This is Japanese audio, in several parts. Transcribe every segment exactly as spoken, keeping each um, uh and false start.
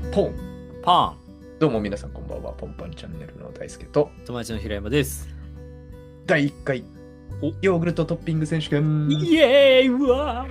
ポンパンどうも皆さんこんばんは。ポンパンチャンネルの大輔と友達の平山です。 だいいっかいおヨーグルトトッピング選手権。 イエーイうわ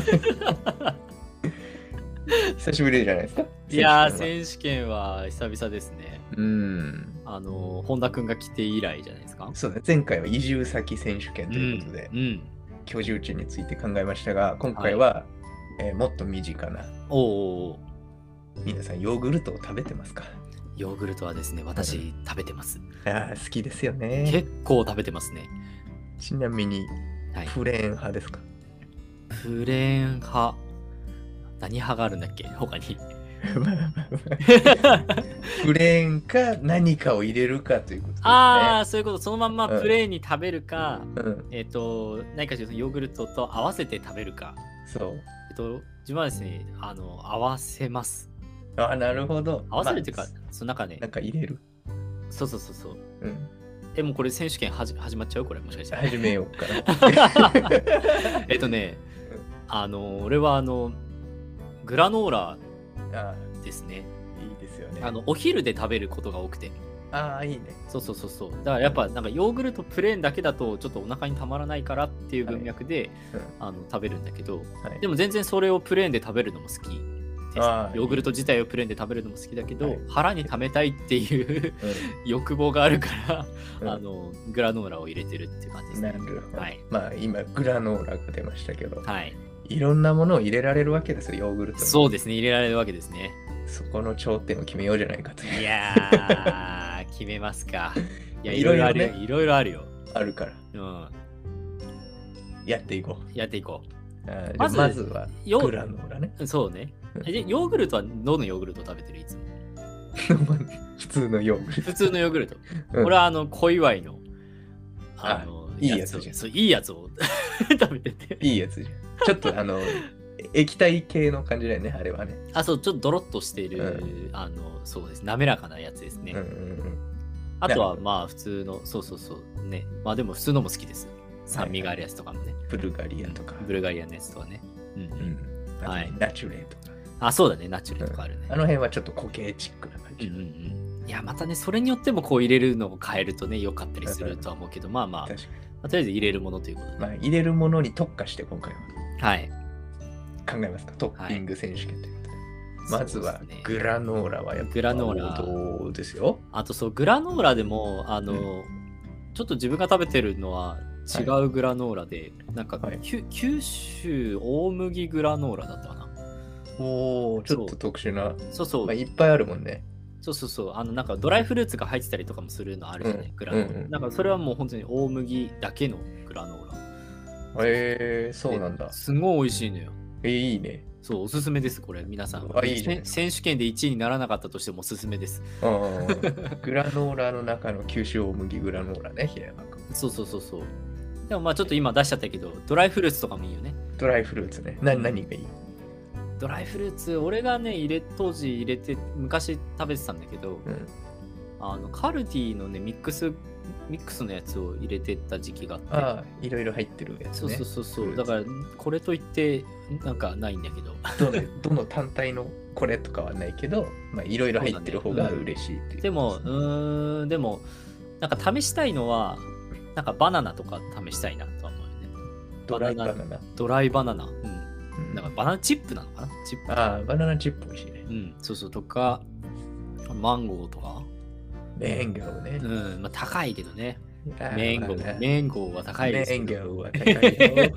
久しぶりじゃないですか。 ーいやー選選手権は久々ですね。 手権はうんあの本田くんが来て以来じゃないですか。 そうね。前回は移住先選手権ということで、 うん、うん、 居住地について考えましたが、今回は、えーもっと身近なおお皆さんヨーグルトを食べてますか？ ヨーグルトはですね、私食べてます。 あー好きですよね。 結構食べてますね。 ちなみにはい。 プレーン派ですか？ プレーン派。何派があるんだっけ他に。 まあまあまあプレーンか何かを入れるかということですね。 ああ、そういうこと。そのまんまうんプレーンに食べるか、 うん、 えっ、と、何かというとヨーグルトと合わせて食べるか。 そう。 えっと、自分はですね、あの、合わせます。 あ、なるほど。 合わせるっていうか、 まその中ねあ、なんか入れる。 そうそうそうそう。 うん。 え、もうこれ選手権はじ始まっちゃうこれもしかして。 始めようかな。 えっとね、あの、俺はあの、グラノーラあですね。 いいですよね。 あの、お昼で食べることが多くて。 ああ、いいね。 そうそうそうそう。だからやっぱなんかヨーグルトプレーンだけだとちょっとお腹にたまらないからっていう文脈で、 うんあの食べるんだけど、 はい、 でも全然それをプレーンで食べるのも好きです。 あーヨーグルト自体をプレーンで食べるのも好きだけど、 はい腹に溜めたいっていうう欲望があるから、 うんあのグラノーラを入れてるっていう感じですん、なね。 るほど。 はいまあ、今、グラノーラが出ましたけど、 はい。 いろんなものを入れられるわけですよ、ヨーグルトに。 そうですね、入れられるわけですね。 そこの頂点を決めようじゃないかという。 いやー、決めますか。いや、いいろいろねろいろあるよ。いろいろあるよ。 あるから、 うん。 やっていこう。 やっていこあーじゃあまずまずは、 よグラノーラね。 う。そうね。えでヨーグルトはどのヨーグルトを食べてるいつも。 普通のヨーグルト。 普通のヨーグルト。 うん俺はあの、小祝いの、あの、 いいやつじゃんをそう、いいやつを食べてて。 いいやつじゃん。ちょっとあの、液体系の感じだよね、あれはね。 あ、そう、ちょっとドロッとしている、 うあの、そうです。滑らかなやつですね。 うんうんうん。 あとは、 なるほどまあ、普通の、そうそうそう。ね。まあ、でも普通のも好きです。酸味があるやつとかもね。 ブルガリアとか。 ブルガリアのやつとかね。うん。 ううん、 ん。あとねはいナチュレとか。 あ、そうだね。ナチュレとかあるね。 あの辺はちょっと固形チックな感じ。 うんうんうん。いや、またね、それによってもこう入れるのを変えるとね、良かったりするとは思うけど、まあまあ、 確かに。 まあとりあえず入れるものということで。 まあ、入れるものに特化して今回ははい。 考えますか。トッピング選手権ということで。まずはそうですねグラノーラはやっぱグラノーラ王道ですよ。 あとそう、グラノーラでも、あの、 うちょっと自分が食べてるのは違うグラノーラで、なんか、 はいきゅ九州大麦グラノーラだったかな。 おお、ちょっと特殊な。 そうそう、 まあ、いっぱいあるもんね。 そうそうそう、あの、なんかドライフルーツが入ってたりとかもするのあるじゃない、 うんグラノーラ。 うんうんなんかそれはもう本当に大麦だけのグラノーラ。 へえー、そうなんだ。 すごい美味しいのよ。 えー、いいね。 そう、おすすめです、これ、皆さん。 あいいじゃないせ選手権でいちいにならなかったとしてもおすすめです。 うんグラノーラの中の九州大麦グラノーラね、平山君。 そうそうそうそう。でもまあちょっと今出しちゃったけど、ドライフルーツとかもいいよね。 ドライフルーツね。な何がいい？ ドライフルーツ、俺がね、入れ当時入れて、昔食べてたんだけど、 うん、 あのカルディのね、ミックス、ミックスのやつを入れてた時期があって。 ああ、いろいろ入ってるやつね。 そうそうそうそう。 フルーツだから、これといって、なんかないんだけど。 どのどの単体のこれとかはないけど、まあ、いろいろ入ってる方が嬉しいっていう。 でも、うーん、でも、なんか試したいのは、なんかバナナとか試したいなとは思うよね。 ドライバナナ。 ドライバナナ。うん。 うんなんかバナナチップなのかなチップ。 ああ、バナナチップ美味しいね。 うん、そうそう、とか、マンゴーとか。 メンゴーね。 うん、まあ高いけどね。 あーメンゴー、 まあねメンゴーは高いですメンゴけど。 ーは高いよ。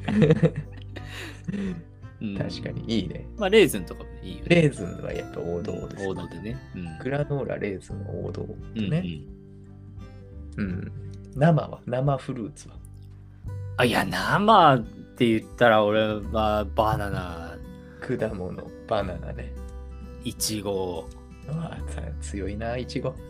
うん確かにいいね。 まあ、レーズンとかもいいよね。 レーズンはやっぱ王道です、 王道でね。うん。 グラノーラ、レーズン王道うんうんね。うん。生は生フルーツはあ、いや、生って言ったら俺はバナナ、 果物、バナナね。 イチゴ、 ああ、さ強いな、いちご。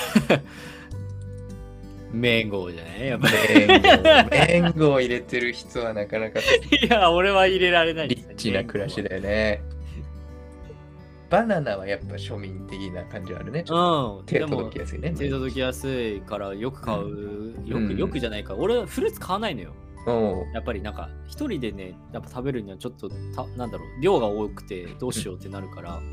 メンゴーじゃないやっぱメンゴー、メンゴー入れてる人はなかなかり。いや、俺は入れられないリッチな暮らしだよね。バナナはやっぱ庶民的な感じあるね。ちょっとうん。 手でも届きやすいね。 手届きやすいからよく買う。よく、 うんよくじゃないか。俺はフルーツ買わないのよ。 おうやっぱりなんか一人でね、やっぱ食べるにはちょっとたなんだろう、量が多くてどうしようってなるから、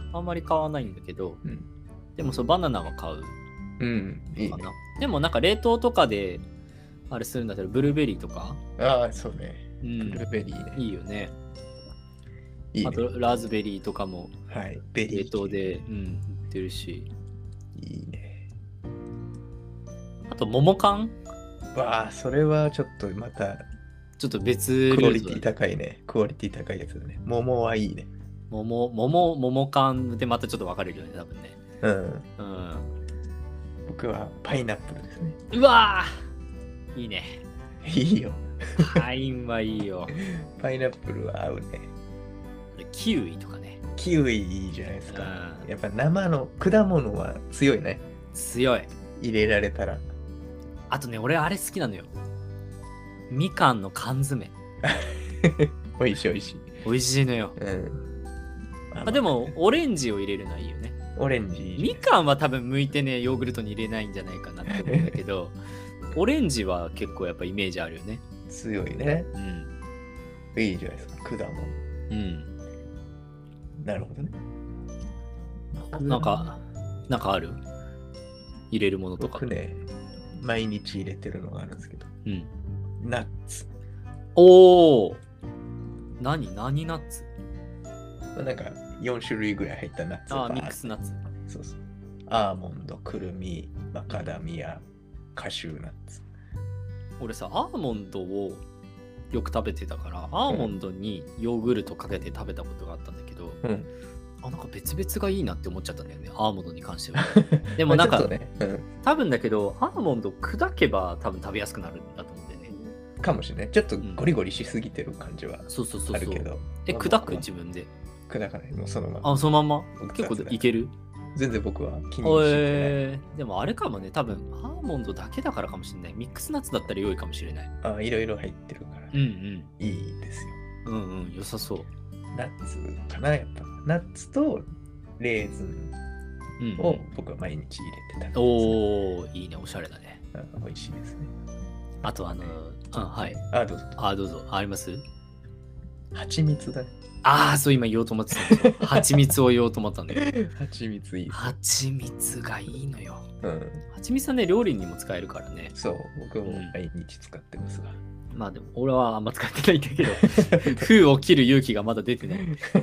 あんまり買わないんだけど、 うん。 でもそうバナナは買ううん。いいね。 かな。でもなんか冷凍とかであれするんだったらブルーベリーとか、 ああ、そうね。 うブん、 ルーベリーね。 いいよね。 いいね。 あとラズベリーとかもはい。ベリー。 冷凍で、うん、売ってるし。 いいね。 あと桃缶わあ、それはちょっとまたちょっと別ルートだね。 クオリティ高いね。クオリティ高いやつだね。桃はいいね。 桃、桃、桃缶でまたちょっと分かれるよね、多分ね。 うん。 うん。 僕はパイナップルですね。 うわーいいね。 いいよ。 パインはいいよ。 パイナップルは合うね。 キウイとかね。 キウイいいじゃないですか。 うんやっぱ生の果物は強いね。 強い。 入れられたら。 あとね、俺あれ好きなのよ。みかんの缶詰。 美味しい美味しい。 美味しいのよ。 うん。 まあ、でも、オレンジを入れるのはいいよね。 オレンジいいじゃないみかんは多分向いてね、ヨーグルトに入れないんじゃないかなって思うんだけど、オレンジは結構やっぱイメージあるよね。 強いね。 うん。 いいじゃないですか。果物。 うん。 なるほどね。 なんか、なんかある入れるものとか。 僕ね、毎日入れてるのがあるんですけど。 うん。 ナッツ。 おー何何ナッツなんかよん種類ぐらい入ったナッツああ、 バーミックスナッツ。 そうそう。アーモンド、くるみ、マカダミア、カシューナッツ。 俺さ、アーモンドをよく食べてたから、アーモンドにヨーグルトかけて食べたことがあったんだけど、 うん。 あ、なんか別々がいいなって思っちゃったんだよね、アーモンドに関しては。でもなんか、 まあちょっとね、うん多分だけど、アーモンド砕けば多分食べやすくなるんだと思うんだよね。 かもしれない。ちょっとゴリゴリしすぎてる感じはそうそうそうそう。 あるけど。 え、 まあ砕く自分で。 砕かない。もうそのまま。 あ、そのまんま僕結構雑だいける全然僕は気にしてない。 えー、でもあれかもね、多分アーモンドだけだからかもしれない。ミックスナッツだったら良いかもしれない。 あ、いろいろ入ってるから、 うんうん。 いいですよ。 うんうん、良さそう。 ナッツかな、やっぱ。ナッツとレーズンうん、うん、 を僕は毎日入れて食べてます、 おー、いいね、おしゃれだね。 あ美味しいですね。 あとあの、うん、はい。 あ、どうぞ。 あ、どうぞ。あります蜂蜜だね。 ああ、そう、今言おうと思ってたんですよ。蜂蜜を言おうと思ったんだよ。 蜂蜜いい。 蜂蜜がいいのよ。 うん。 蜂蜜はね、料理にも使えるからね。 そう、僕も毎日使ってますわ。 まあでも、俺はあんま使ってないんだけど、封を切る勇気がまだ出てない。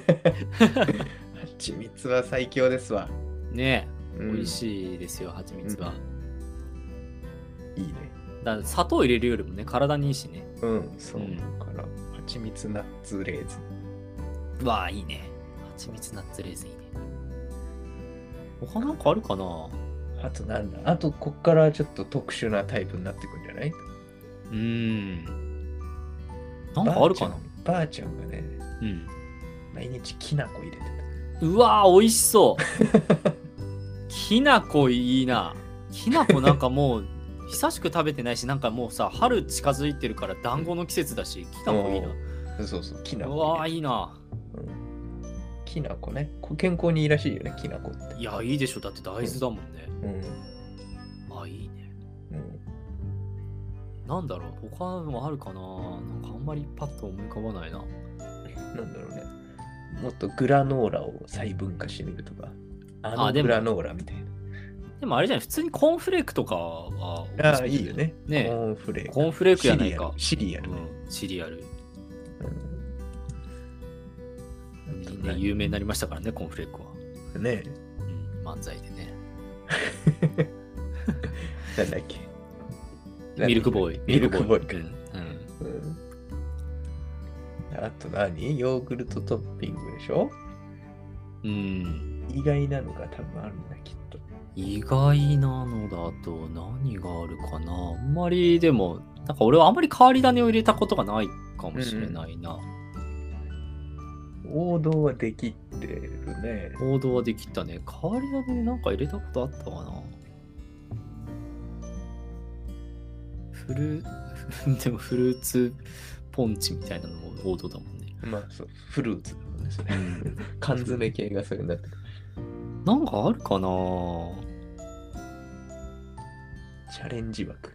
蜂蜜は最強ですわ。 ねえ、 うん美味しいですよ、蜂蜜は。 いいね。 だから砂糖入れるよりもね、体にいいしね。 うん、そう。 うんだから、蜂蜜ナッツレーズン。 うわあ、いいね。蜂蜜ナッツレーズンいいね。他なんかあるかなあとなんだあと、こっからちょっと特殊なタイプになってくんじゃないうーん。なんかあるかなばあちゃんがね、 うん。 毎日きな粉入れてた。 うわー、美味しそう。きなこいいな。きなこなんかもう、久しく食べてないし、なんかもうさ、春近づいてるから団子の季節だし、きなこいいな。 そうそう、きなう粉。 わー、いいな。 きなこね。こ健康にいいらしいよね、きなこって。 いや、いいでしょ。だって大豆だもんね。 うん。 あ、いいね。 うん。 なんだろう。他もあるかな。なんかあんまりパッと思い浮かばないな。 なんだろうね。もっとグラノーラを細分化してみるとか。あのあでもグラノーラみたいな。 でもあれじゃない、普通にコーンフレークとかは。 ああ、いいよね。 ねコーンフレーク。 コーンフレークやないか。 シリアル。シリアルね。 うん、シリアル。 うんね、有名になりましたからね、コーンフレークは。 ねうん、漫才でね。 え。なんだっけ。 ミルクボーイ。 ミルクボーイか。 うんうんうん、あと何ヨーグルトトッピングでしょうん。 意外なのが多分あるんだ、きっと。 意外なのだと何があるかな。あんまりでも、なんか俺はあんまり変わり種を入れたことがないかもしれないな。 王道はできてるね。 王道はできたね。変わり種なんか入れたことあったかな。フル、でもフルーツポンチみたいなのも王道だもんね。 まあそう、フルーツだもんね、それ。缶詰系がそれになってくる。 なんかあるかな。 チャレンジ枠。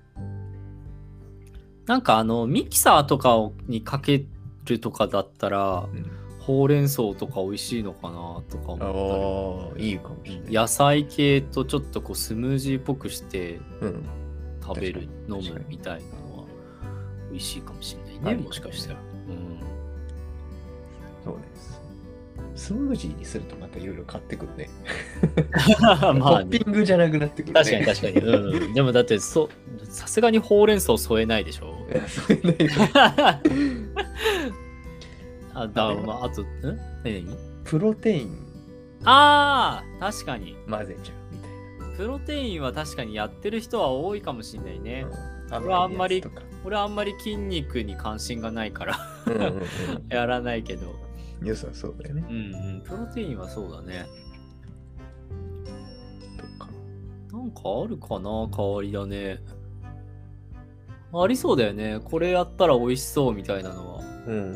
なんかあのミキサーとかにかけるとかだったら、 うん、 ほうれん草とか美味しいのかなとか思ったり。 ああ、いいかもしれない。 野菜系とちょっとこうスムージーっぽくしてうん。 食べる、飲確かにむみたいなのは美味しいかもしれないね、 ありかもねもしかしたら。うん。 そうです。スムージーにするとまたいろいろ買ってくるね。 まあ、ね、 トッピングじゃなくなってくるね。 確かに確かに。うん。でもだってそ、さすがにほうれん草添えないでしょ。 いやそういうのあ、だまあ、あと、ん何々 プロテインああ、確かに。 混ぜちゃうみたいプロテインは確かにやってる人は多いかもしれないね。 な。 俺はあんまり甘いやつとか俺はあんまり筋肉に関心がないからうんうんうんやらないけど。 良さそうだよね。 うんうん。プロテインはそうだね。 とか。 なんかあるかな、代わりだね。ありそうだよね。これやったら美味しそうみたいなのは。 うん。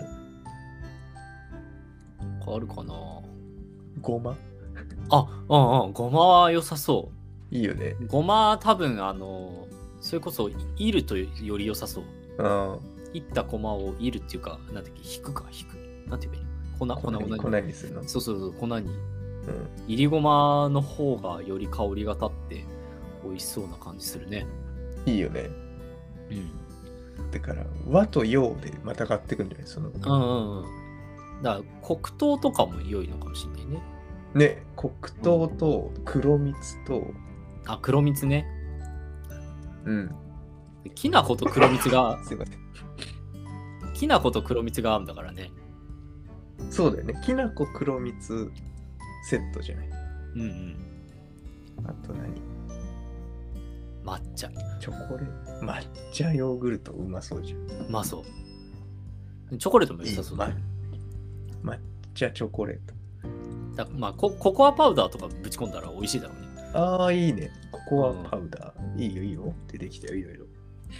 なんかあるかな。 ごまあ、うんうん。ごまは良さそいいよね。 う。ごま多分あの、それこそいるとより良さそう。 あいったごまをいるっていうか、なんだっけ、引くか、引く。なんて言えばいいの粉、 あ。 粉、粉に。 粉にするの。 そうそうそう、粉に。 うん。 いりごまの方がより香りが立って美味しそうな感じするね。 いいよね。 うん。 だから、和と洋でまた買ってくんじゃないその。 うんうんうん。だから黒糖とかも良いのかもしれないね。 ね、黒糖と黒蜜と、 あ、黒蜜ね。 うん。 きな粉と黒蜜が、 すいません。 きな粉と黒蜜が合うんだからね。 そうだよね。きなこ黒蜜セットじゃない。 うんうん。 あと何抹茶。 チョコレート。抹茶ヨーグルトうまそうじゃん。 うまそう。チョコレートも良さそうだね。 ま抹茶チョコレート。 だまあコ、ココアパウダーとかぶち込んだら美味しいだろうね。 ああ、いいね。ココアパウダー。いいよ、いいよ。出てきたよ、いろいろ。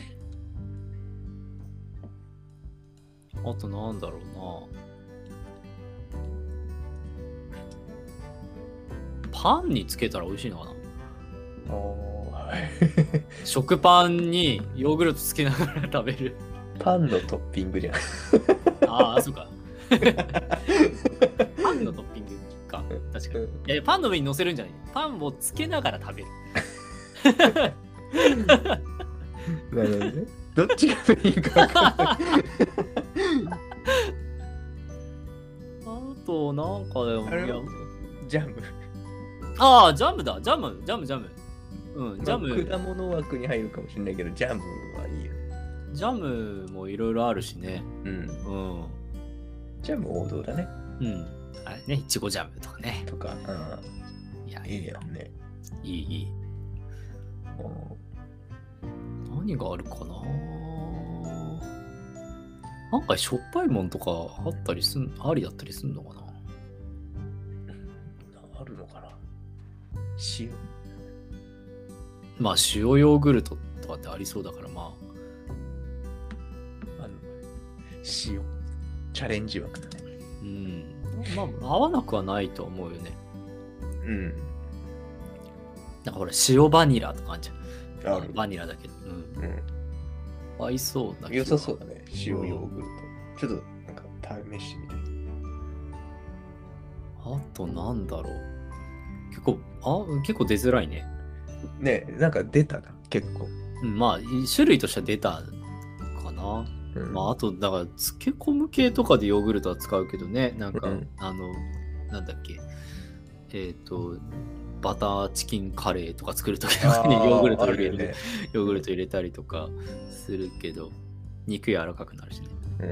あとなんだろうな。パンにつけたら美味しいのかな。 おー食パンにヨーグルトつけながら食べる。 パンのトッピングじゃん。 ああ、そうか。パンのトッピングか。確かに。いやいや、パンの上に乗せるんじゃない。パンをつけながら食べる。 なるほどね。どっちがメインか分かんない。 あと、なんかでも、 あれいやジャム。 ああ、ジャムだ。ジャム、ジャム、ジャム。うん、ジャム。 まあ果物枠に入るかもしれないけど、ジャムはいいよ。 ジャムもいろいろあるしね。 うん。 うん。 ジャム王道だね。 うん。あれね、いちごジャムとかね。 とか。 いや、 うん。いいよね。 いい、いい。何があるかな。なんかしょっぱいもんとかあったりすん、ありだったりすんのかな。 あるのかな。塩。 まあ塩ヨーグルトとかってありそうだから、まあの塩。チャレンジ枠だね。 あ、うん。まあ合わなくはないと思うよね。 うん。 なんかほら塩バニラとかあるじゃん。 ある。 バニラだけど。うん。 うん。 合いそうな気が。 良さそうだね。塩ヨーグルト。ちょっとなんか試してみたい。 あとなんだろう。結構、あ、結構出づらいね。 ねえ、なんか出たな、結構。 うん、まあ、種類としては出たかな。 うん、 まあ、あと、だから、漬け込む系とかでヨーグルトは使うけどね。なんか、 うん、 あの、なんだっけ。えっ、ー、と、バターチキンカレーとか作るときとかにヨーグルト入れる、ね、ヨーグルト入れたりとかするけど、肉柔らかくなるしね。 うん。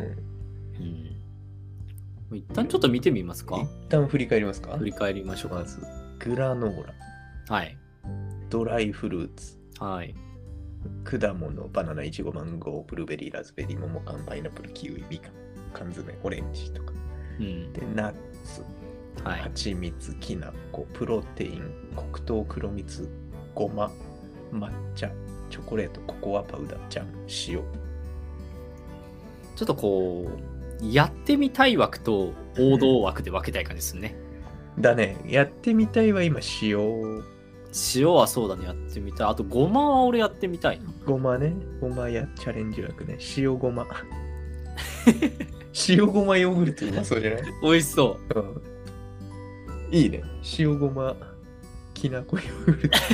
うん。一旦ちょっと見てみますか。 一旦振り返りますか。 振り返りましょうか。 まず、グラノーラ。 はい。 ドライフルーツ。 はい。 果物、バナナ、イチゴ、マンゴー、ブルーベリー、ラズベリー、桃缶、パイナップル、キウイ、みかん、缶詰、オレンジとか。 うん、 で、ナッツ、 はい、 蜂蜜、きな粉、プロテイン、黒糖、黒蜜、ごま、抹茶、チョコレート、ココアパウダー、ジャム、塩。 ちょっとこう、やってみたい枠と王道枠で分けたい感じですね。 だね。やってみたいは今、塩。 塩はそうだね、やってみたい。あと、ごまは俺やってみたいな。 ごまね。ごまやチャレンジ枠ね。塩ごま。 塩ごまヨーグルトうまそうじゃない？ 美味しそうんいいね。塩ごまきなこヨーグルト。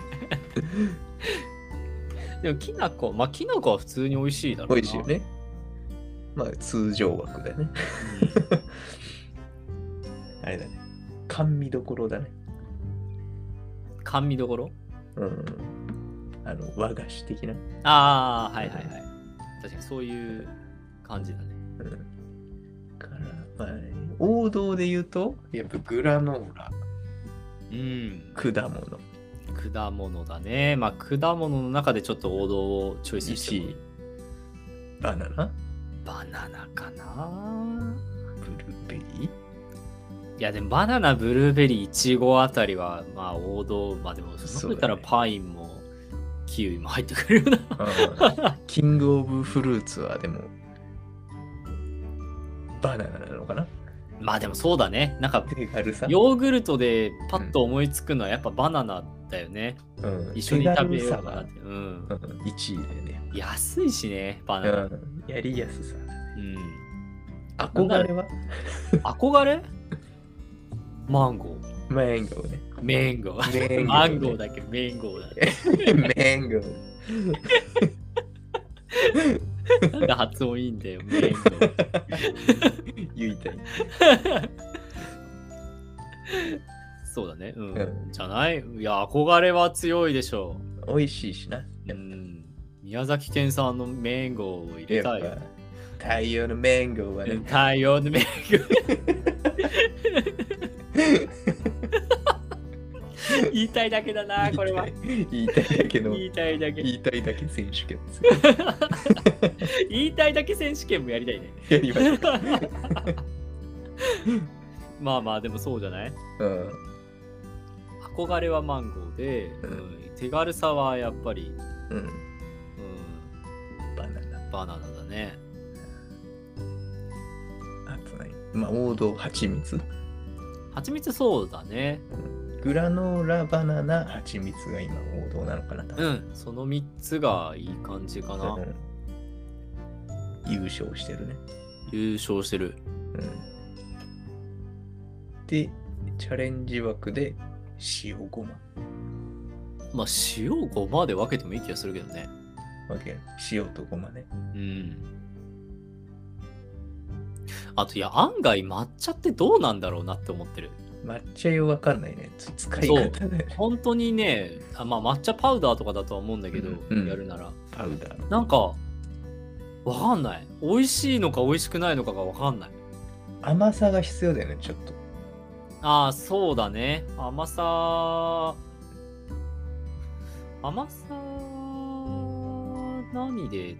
う。でもきなこ、まあきなこは普通に美味しいだろうな。 美味しいよね。まあ通常枠だね。あれだね。甘味どころだね。 甘味どころ。 うん。あの、和菓子的な。 ああ、はいはいはい。確かにそういう感じだね。 うん。から、まあ、王道で言うと、やっぱグラノーラ、 うん。 果物。 果物だね。まあ果物の中でちょっと王道をチョイスしてもいちい、バナナ、 バナナかな。 ブルーベリー。 いやでもバナナ、ブルーベリー、イチゴあたりはまあ王道。まあでもそのったらパインもキウイも入ってくるよな。 キングオブフルーツはでもバナナなのかな。 まあでもそうだね。なんか手軽さ。 ヨーグルトでパッと思いつくのはやっぱバナナだよね。 うん、 一緒に食べようか手軽さがなって。うん。 うん、いちいだよね。 安いしね、バナナ。 うん、やりやすさ。 うん。 憧れは憧れマンゴー。 マンゴーね。 メンゴー。 メンゴーねマンゴーだけどメンゴーだ。 メンゴー。 なんで発音いいんだよ、メンゴー。 言いたい。 そうだね。うん。 うんじゃないいや、憧れは強いでしょ美味しいしな。 う。うん。宮崎県産のメンゴーを入れたいよ。 やっぱ太陽のメンゴーはね。 太陽のメンゴー。言いたいだけだな、これは。 言いたいだけの。 言いたいだけ。 言いたいだけ選手権です。 言いたいだけ選手権もやりたいね。 やりましょう。 まあまあ、でもそうじゃない？ うん。 憧れはマンゴーで、 うんうん手軽さはやっぱり、 うん。 うん、 バナナ。 バナナだね。 あと何？まあ王道、蜂蜜。 蜂蜜そうだね。 グラノーラ、バナナ、蜂蜜が今王道なのかな。多分うん、そのみっつがいい感じかな。 うん優勝してるね。 優勝してる。 うん。で、チャレンジ枠で塩ごま。 まあ、塩ごまで分けてもいい気がするけどね。 わけ塩とごまね。 うん。あと、いや、案外抹茶ってどうなんだろうなって思ってる。 抹茶よわかんないね。つ使い方ね。 本当にね、あまあ、抹茶パウダーとかだとは思うんだけど、 うんうんやるなら。 パウダー。 なんか、わかんない。美味しいのか美味しくないのかがわかんない。 甘さが必要だよね、ちょっと。 ああ、そうだね。甘さ、甘さ、何で、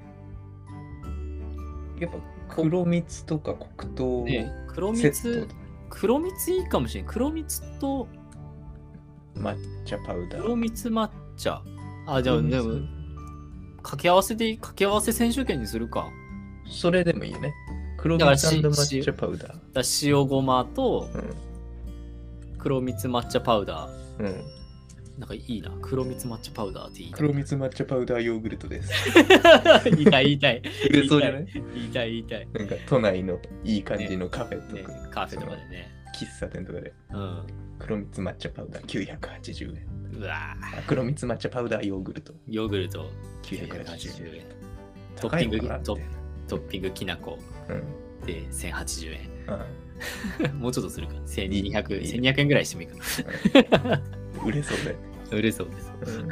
やっぱ黒蜜とか黒糖ね、黒セッ蜜ト、とか黒蜜いいかもしれん。黒蜜と抹茶パウダー。 黒蜜抹茶。あ、じゃあ、 黒蜜でも、掛け合わせで、掛け合わせ選手権にするか。 それでもいいよね。黒だから蜜し抹茶パウダー。 だ塩ごまとう黒蜜抹茶パウダー。 ん。うん。 なんかいいな。黒蜜抹茶パウダーって言いたい。 黒蜜抹茶パウダーヨーグルトです。 言いたい言いたい。 売れそうじゃない？ 言いたい言いたい。 なんか都内のいい感じのカフェとねか、、 カフェとかでね。 喫茶店とかでうん。 黒蜜抹茶パウダーきゅうひゃくはちじゅうえん。 うわあ黒蜜抹茶パウダーヨーグルトぁヨーグルトきゅうひゃくはちじゅうえん。 トッピング高いのかなってトットッピングきなこうん。 でせんはちじゅうえうんん。もうちょっとするか。せんにひゃく、 いいせんにひゃくえんぐらいしてもいいか売れそうだよ。 な。売れそうです。 うん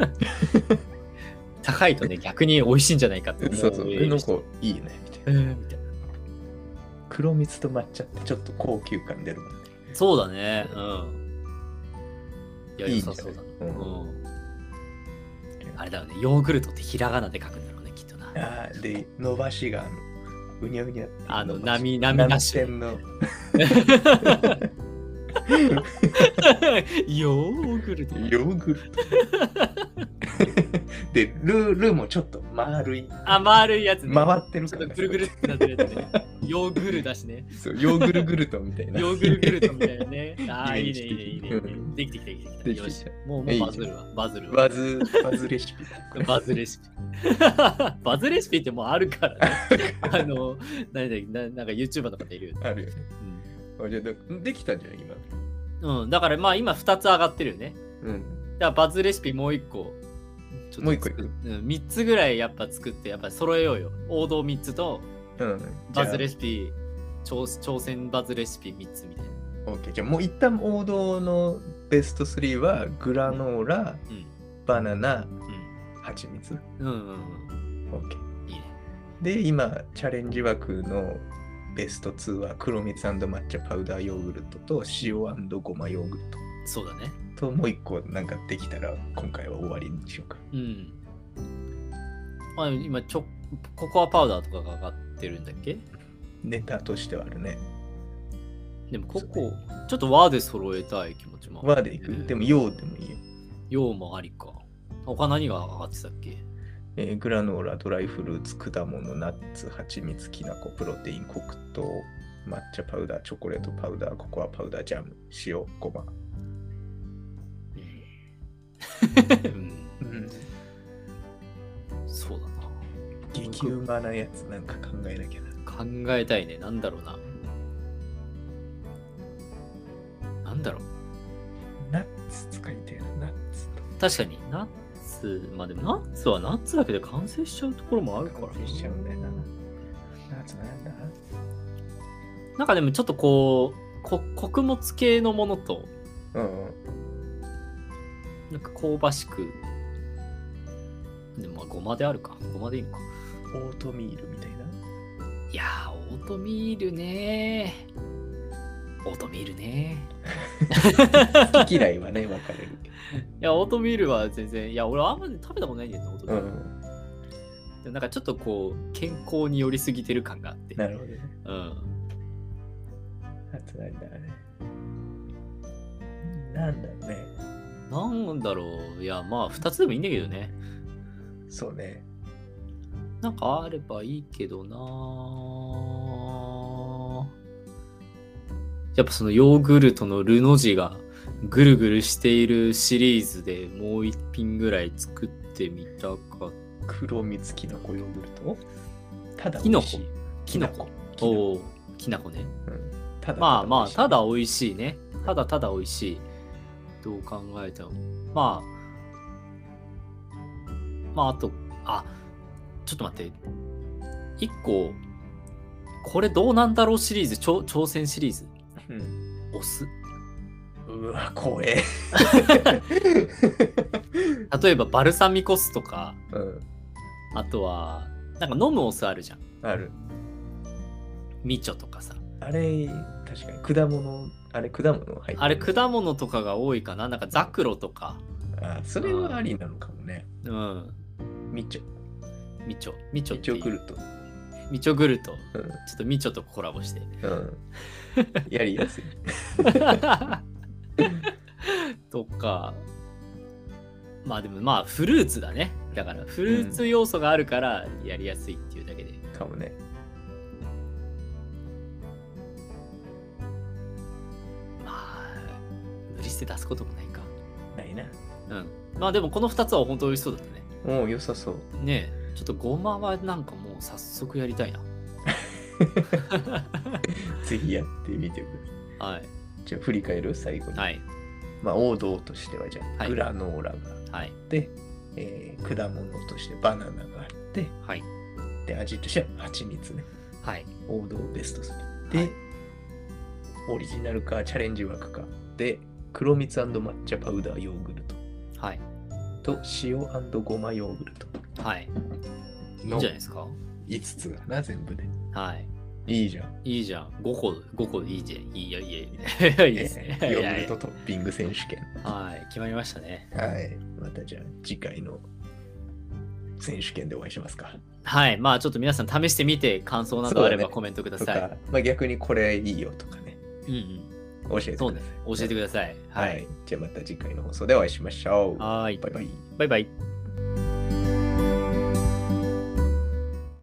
高いとね、逆に美味しいんじゃないかって思う。 そうそう。えなんかいいね。みたいな。 えーみたいな。 黒蜜と抹茶ってちょっと高級感出るもんね。 そうだね。うん。いや、 いいんじゃない良さそうだ。 うんうん。あれだよね。ヨーグルトってひらがなで書くんだろうね、きっとな。 ああ、で、伸ばしがあの、うにゃうにゃっていうあの、 伸ばし波、波なし。 波線のヨーグルト。 ヨーグルト。で、ルー、ルーもちょっと混丸い。 あ、丸いやつね。 回ってるから。 ちょっとぐるぐるってなってるやつね。ヨーグルだしね。 そう、ヨーグルグルトみたいな。 ヨーグルグルトみたいなね。ああ、いいね、いいね、いいね。 うんできてきた、できてきた。 できてきたよし。もう、もうバズるわ。バズるわ。 バズ、バズレシピ。 バズレシピ。バズレシピってもうあるからね。あの、何だななんか YouTuber の方いるよね。 あるよね。あ、じゃあできたんじゃない今。うん、だからまあ今ふたつ上がってるよね。 今。うん。 だからバズレシピもういっこ。 もう一個いく、 うん、みっつぐらいやっぱ作ってやっぱ揃えようよ。王道みっつとうん、 バズレシピ、挑挑戦バズレシピみっつみたいな。 OK。じゃあもう一旦王道のベストスリーはグラノーラ、 うん、 バナナ、 うん、 蜂蜜。 うんうんうん。 OK。 いいね。 で、今、チャレンジ枠のベストツーは黒蜜抹茶パウダーヨーグルトと塩&ごまヨーグルト。 そうだね。 と、もう一個なんかできたら今回は終わりにしようか。 うん。まあ今ちょ、ココアパウダーとかが上がってるんだっけ？ ネタとしてはあるね。 でもココ、ちょっと和で揃えたい気持ちも。 和でいく、でも洋でもいいよ。 洋もありか。他何が上がってたっけ？ えー、グラノーラ、ドライフルーツ、果物、ナッツ、蜂蜜、きな粉、プロテイン、黒糖、抹茶パウダー、チョコレートパウダー、ココアパウダー、ジャム、塩、ごま。 うんうん、 そうだな。 激うまなやつなんか考えなきゃな。 考えたいね。なんだろうな。なんだろう。 ナッツ使いたいな、ナッツと。確かに、ナッツ、まあでもナッツはナッツだけで完成しちゃうところもあるから。 完成しちゃうんだよな。ナッツなんだ。 なんかでもちょっとこう、こ穀物系のものと、 うんうん。 なんか香ばしく、でもまあごまであるか。ごまでいいのか。 オートミールみたいな。 いやー、オートミールねー。オートミールねー。好き嫌いはね、分かれるけど。 いや、オートミールは全然、いや、俺あんまり食べたことないんだよね、オートミール。 うん、 でもなんかちょっとこう、健康に寄りすぎてる感があって。 なるほどね。 うん。 あとなんだね。なんだろうね。 なんだろう。いや、まあ、ふたつでもいいんだけどね。 そうね。 なんかあればいいけどな。やっぱそのヨーグルトのルの字がぐるぐるしているシリーズでもう一品ぐらい作ってみたかった。 黒蜜きなこヨーグルトただきのこ。 きなこ。 おお、きなこね。 うん、ただまあまあ、ただ美味しいね。ただただ美味しい。どう考えても。まあ、まああと、あ、ちょっと待って。一個、これどうなんだろうシリーズ、挑挑戦シリーズ。 うん、 お酢。 うわ、怖え。 例えばバルサミコ酢とか、 うん、 あとは、なんか飲むお酢あるじゃん。 ある。 みちょとかさ。 あれ、確かに果物、あれ果物入ってる。 あれ果物とかが多いかな。なんかザクロとか。 あ、それはありなのかもね。 うん。 みちょ。 みちょ。みちょ。 みちょグルト。 みちょグルト。 うん、 ちょっとみちょとコラボして。 うん。やりやすい。 とか。まあでもまあフルーツだね。だからフルーツ要素があるからやりやすいっていうだけで。 うん、かもね。 まあ、無理して出すこともないか。 ないな。 うん。まあでもこのふたつは本当美味しそうだったね。 おお、良さそう。 ねえ。ちょっとごまはなんかもう早速やりたいな。 ぜひやってみてください。 はい。 じゃあ振り返る最後に。 はい。 まあ王道としてはじゃあ、 はい、 グラノーラがあって、はい、えー、果物としてバナナがあって、 はい、 で味としては蜂蜜ね。 はい。 王道ベストスリー。で、はい、オリジナルかチャレンジ枠かで、黒蜜&抹茶パウダーヨーグルト。 はい。 と塩&ごまヨーグルト。 はい。いいんじゃないですか。 いつつがな、全部で。 はい。 いいじゃん。 いいじゃん。ごこ、ごこいいじゃん。いいよ、いいよ。いいですね。 ヨーグルトトッピング選手権。 はい。決まりましたね。 はい。またじゃあ次回の選手権でお会いしますか。 はい。まあちょっと皆さん試してみて感想などあればコメントください。 ね、まあ逆にこれいいよとかね。 うんうん。 教えてください。 そうね。教えてください。 はい。はい、じゃあまた次回の放送でお会いしましょう。 はい。 バイバイ。 バイバイ。